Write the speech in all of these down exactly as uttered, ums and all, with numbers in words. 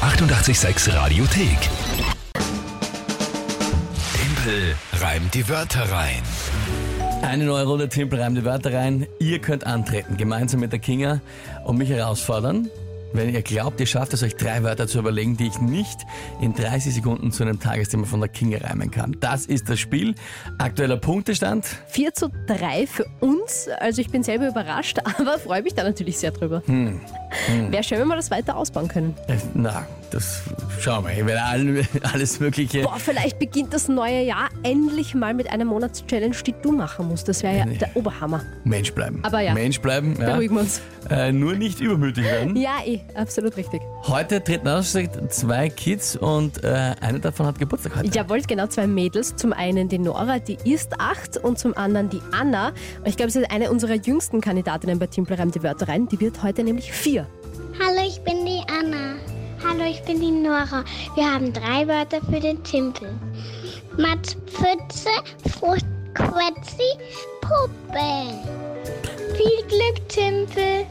achtundachtzig Komma sechs Radiothek. Tempel reimt die Wörter rein. Eine neue Runde Tempel reimt die Wörter rein. Ihr könnt antreten, gemeinsam mit der Kinga, und mich herausfordern. Wenn ihr glaubt, ihr schafft es, euch drei Wörter zu überlegen, die ich nicht in dreißig Sekunden zu einem Tagesthema von der Kinga reimen kann. Das ist das Spiel. Aktueller Punktestand. vier zu drei für uns. Also ich bin selber überrascht, aber freue mich da natürlich sehr drüber. Hm. Hm. Wäre schön, wenn wir das weiter ausbauen können. Äh, Na, das schauen wir. Ich werde all, alles Mögliche. Boah, vielleicht beginnt das neue Jahr endlich mal mit einer Monatschallenge, die du machen musst. Das wäre ja Nee. der Oberhammer. Mensch bleiben. Aber ja. Mensch bleiben. Ja. Beruhigen wir uns. Äh, nur nicht übermütig werden. Ja, eh, absolut richtig. Heute treten aus zwei Kids und äh, eine davon hat Geburtstag heute. Jawohl, genau, zwei Mädels. Zum einen die Nora, die ist acht, und zum anderen die Anna. Und ich glaube, sie ist eine unserer jüngsten Kandidatinnen bei Tempel reimt die Wörter rein. Die wird heute nämlich vier. Hallo, ich bin die Anna. Hallo, ich bin die Nora. Wir haben drei Wörter für den Tempel. Matspfütze, Fruchtquetzi, Puppe. Viel Glück, Tempel.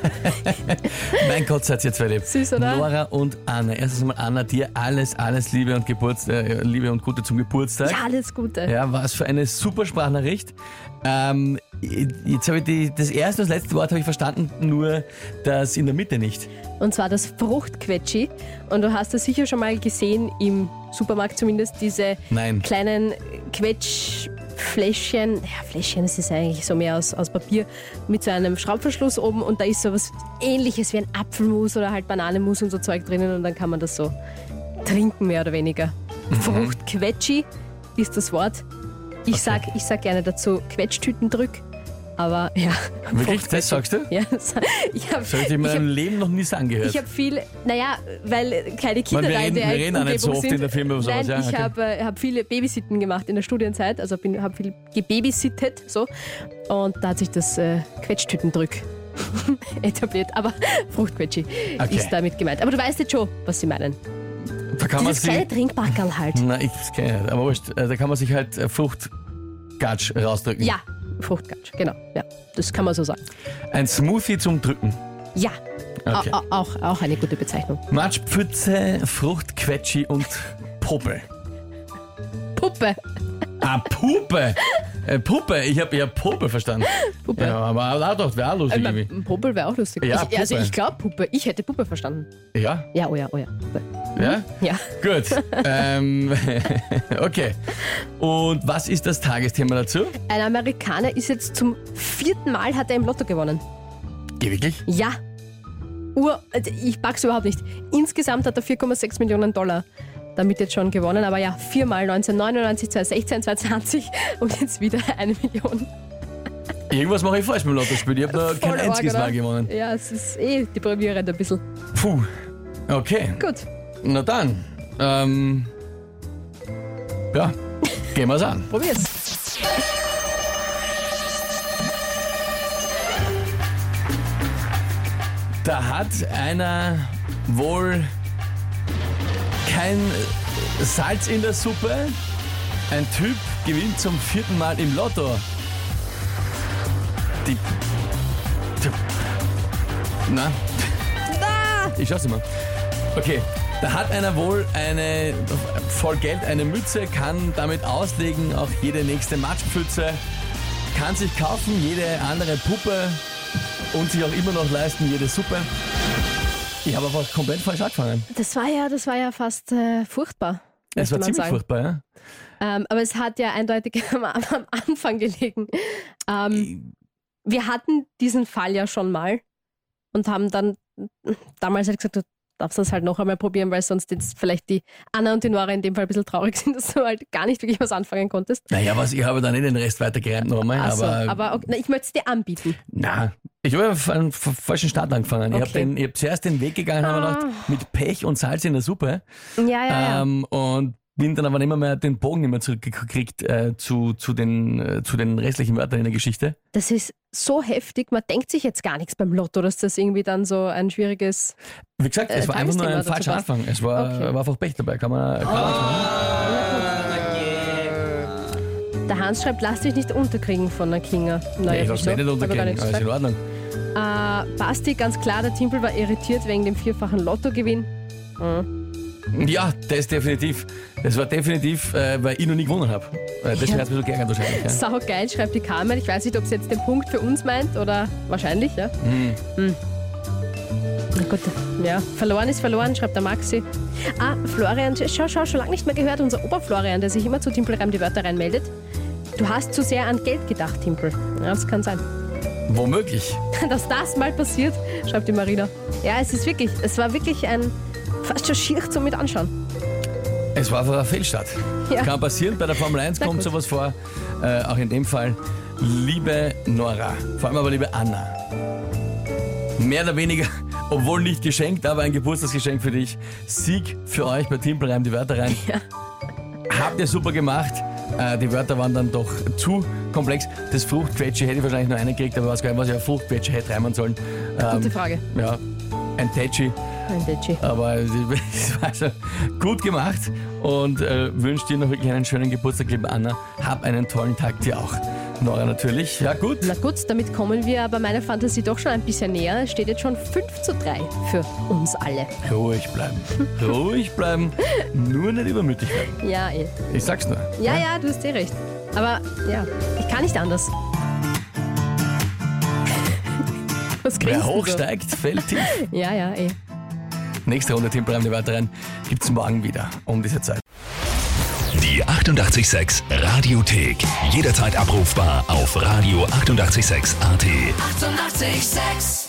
Mein Gott, seid ihr zwei lieb. Süß, oder? Nora und Anna. Erstens einmal, Anna, dir alles, alles Liebe und, Geburts äh, Liebe und Gute zum Geburtstag. Ja, alles Gute. Ja, was für eine super Sprachnachricht. Ähm, jetzt habe ich die, das erste und das letzte Wort habe ich verstanden, nur das in der Mitte nicht. Und zwar das Fruchtquetschi. Und du hast das sicher schon mal gesehen, im Supermarkt zumindest, diese Nein. kleinen Quetschfläschchen. Ja, Fläschchen, das ist eigentlich so mehr aus, aus Papier, mit so einem Schraubverschluss oben, und da ist so was Ähnliches wie ein Apfelmus oder halt Bananenmus und so Zeug drinnen, und dann kann man das so trinken, mehr oder weniger. Mhm. Fruchtquetschi ist das Wort. Ich, Okay. sag, ich sag gerne dazu Quetschtütendrück. Aber ja. Wirklich? Fruchtquetschi. Das sagst du? Ja, das, ich habe Das habe ich in meinem Leben noch nie so angehört. ich habe viel, naja, weil keine Kinder Man, wir da in reden- der wir reden auch nicht so Umgebung oft sind. in der Firma über sowas, Nein, ja, ich okay. habe äh, hab viele Babysitten gemacht in der Studienzeit, also habe viel gebabysittet, so. Und da hat sich das äh, Quetschtütendrück etabliert. Aber Fruchtquetschi Okay. ist damit gemeint. Aber du weißt jetzt schon, was sie meinen. Da kann man Dieses kleine sich, Trinkbackerl halt. na, ich das kenn ich nicht, aber wurscht, äh, da kann man sich halt äh, Fruchtgatsch rausdrücken. Ja, Fruchtgatsch, genau. Ja, das kann man so sagen. Ein Smoothie zum Drücken. Ja, Okay. au- au- auch, auch eine gute Bezeichnung. Matschpfütze, Fruchtquetschi und Puppe. Puppe. Ah, Puppe! Äh, Puppe, ich habe ja Puppe verstanden. Puppe. Ja, aber auch doch, wäre auch lustig Äh, irgendwie. Puppe wäre auch lustig. Ja, ich, also Puppe. ich glaube Puppe. Ich hätte Puppe verstanden. Ja? Ja, oh ja, oh ja. Puppe. Ja? Ja. Gut. ähm, okay. Und was ist das Tagesthema dazu? Ein Amerikaner ist jetzt zum vierten Mal, hat er im Lotto gewonnen. Geh wirklich? Ja. Ur, also ich pack's überhaupt nicht. Insgesamt hat er vier Komma sechs Millionen Dollar damit jetzt schon gewonnen. Aber ja, viermal neunzehnhundertneunundneunzig, zweitausendsechzehn, zweitausendzwanzig und jetzt wieder eine Million. Irgendwas mache ich falsch beim Lottospiel. Ich habe noch kein Voll arg, einziges oder? Mal gewonnen. Ja, es ist eh deprimierend ein bisschen. Puh. Okay. Gut. Na dann. Ähm, ja, gehen wir's an. Probier's. Da hat einer wohl kein Salz in der Suppe. Ein Typ gewinnt zum vierten Mal im Lotto. Die. die na? Ich schaff's immer. Okay. Da hat einer wohl eine voll Geld, eine Mütze, kann damit auslegen, auch jede nächste Matschpfütze, kann sich kaufen, jede andere Puppe und sich auch immer noch leisten, jede Suppe. Ich habe aber komplett falsch angefangen. Das war ja, das war ja fast äh, furchtbar. Es möchte war man ziemlich sagen. furchtbar, ja? Ähm, aber es hat ja eindeutig am, am Anfang gelegen. Ähm, wir hatten diesen Fall ja schon mal und haben dann damals halt gesagt, du darfst das halt noch einmal probieren, weil sonst jetzt vielleicht die Anna und die Nora in dem Fall ein bisschen traurig sind, dass du halt gar nicht wirklich was anfangen konntest. Naja, was, ich habe dann nicht den Rest weitergereimt nochmal, Ach so, aber, aber okay, na, ich möchte es dir anbieten. na, ich habe auf einen f- falschen Start angefangen. Ich habe Okay. den- ich hab zuerst den Weg gegangen, habe mir gedacht, mit Pech und Salz in der Suppe Ja, ja, ja. ähm, und bin dann aber nicht mehr den Bogen nicht mehr zurückgekriegt äh, zu, zu, den, äh, zu den restlichen Wörtern in der Geschichte. Das ist so heftig, man denkt sich jetzt gar nichts beim Lotto, dass das irgendwie dann so ein schwieriges... Wie gesagt, es Äh, war einfach nur ein Tagesthema dazu falscher passt. Anfang. Es war, Okay. war einfach Pech dabei, kann man, kann man nichts machen. Der Hans schreibt, lass dich nicht unterkriegen von der Kinga. Nee, Naja, ich lasse mich nicht Hab ich gar unterkriegen, nichts alles in gesagt. Ordnung. Äh, Basti, ganz klar, der Timpel war irritiert wegen dem vierfachen Lottogewinn. Mhm. Ja, das definitiv. Das war definitiv, äh, weil ich noch nie gewonnen habe. Äh, deswegen Ja. hat es mich so geärgert wahrscheinlich. Ja. Sau geil, schreibt die Carmen. Ich weiß nicht, ob sie jetzt den Punkt für uns meint oder wahrscheinlich, ja. Mhm. Hm. Na gut, ja. Verloren ist verloren, schreibt der Maxi. Ah, Florian, schau, schau, schon lange nicht mehr gehört. Unser Oberflorian, der sich immer zu Timpelreim die Wörter reinmeldet. Du hast zu sehr an Geld gedacht, Timpel. Ja, das kann sein. Womöglich. Dass das mal passiert, schreibt die Marina. Ja, es ist wirklich, es war wirklich ein fast schon schier zum mit anschauen. Es war einfach ein Fehlstart. Ja. Kann passieren, bei der Formel eins Na kommt gut. sowas vor. Äh, auch in dem Fall. Liebe Nora, vor allem aber liebe Anna. Mehr oder weniger, obwohl nicht geschenkt, aber ein Geburtstagsgeschenk für dich. Sieg für euch bei Timpelreim die Wörter rein. Ja. Habt ihr super gemacht. Äh, die Wörter waren dann doch zu komplex. Das Fruchtquetsche hätte ich wahrscheinlich nur einen gekriegt, aber was, was ich auf Fruchtquetsche hätte reimen sollen. Ähm, Gute Frage. Ja, ein Tätschi. Ein Detschi. Aber es war also gut gemacht und äh, wünsche dir noch wirklich einen schönen Geburtstag, liebe Anna. Hab einen tollen Tag dir auch. Nora natürlich. Ja gut. Na gut, damit kommen wir aber meiner Fantasie doch schon ein bisschen näher. Es steht jetzt schon fünf zu drei für uns alle. Ruhig bleiben. Ruhig bleiben. Nur nicht übermütig werden. Ja, eh. Ich sag's nur. Ja, ja, du hast eh recht. Aber ja, ich kann nicht anders. Was Wer grinst du so? hochsteigt, fällt tief. Ja, ja, eh. Nächste Runde Timpelreim die Wörter rein gibt's morgen wieder um diese Zeit. Die achtundachtzig Komma sechs Radiothek. Jederzeit abrufbar auf radio achtundachtzig Komma sechs Punkt a t. Eighty-eight point six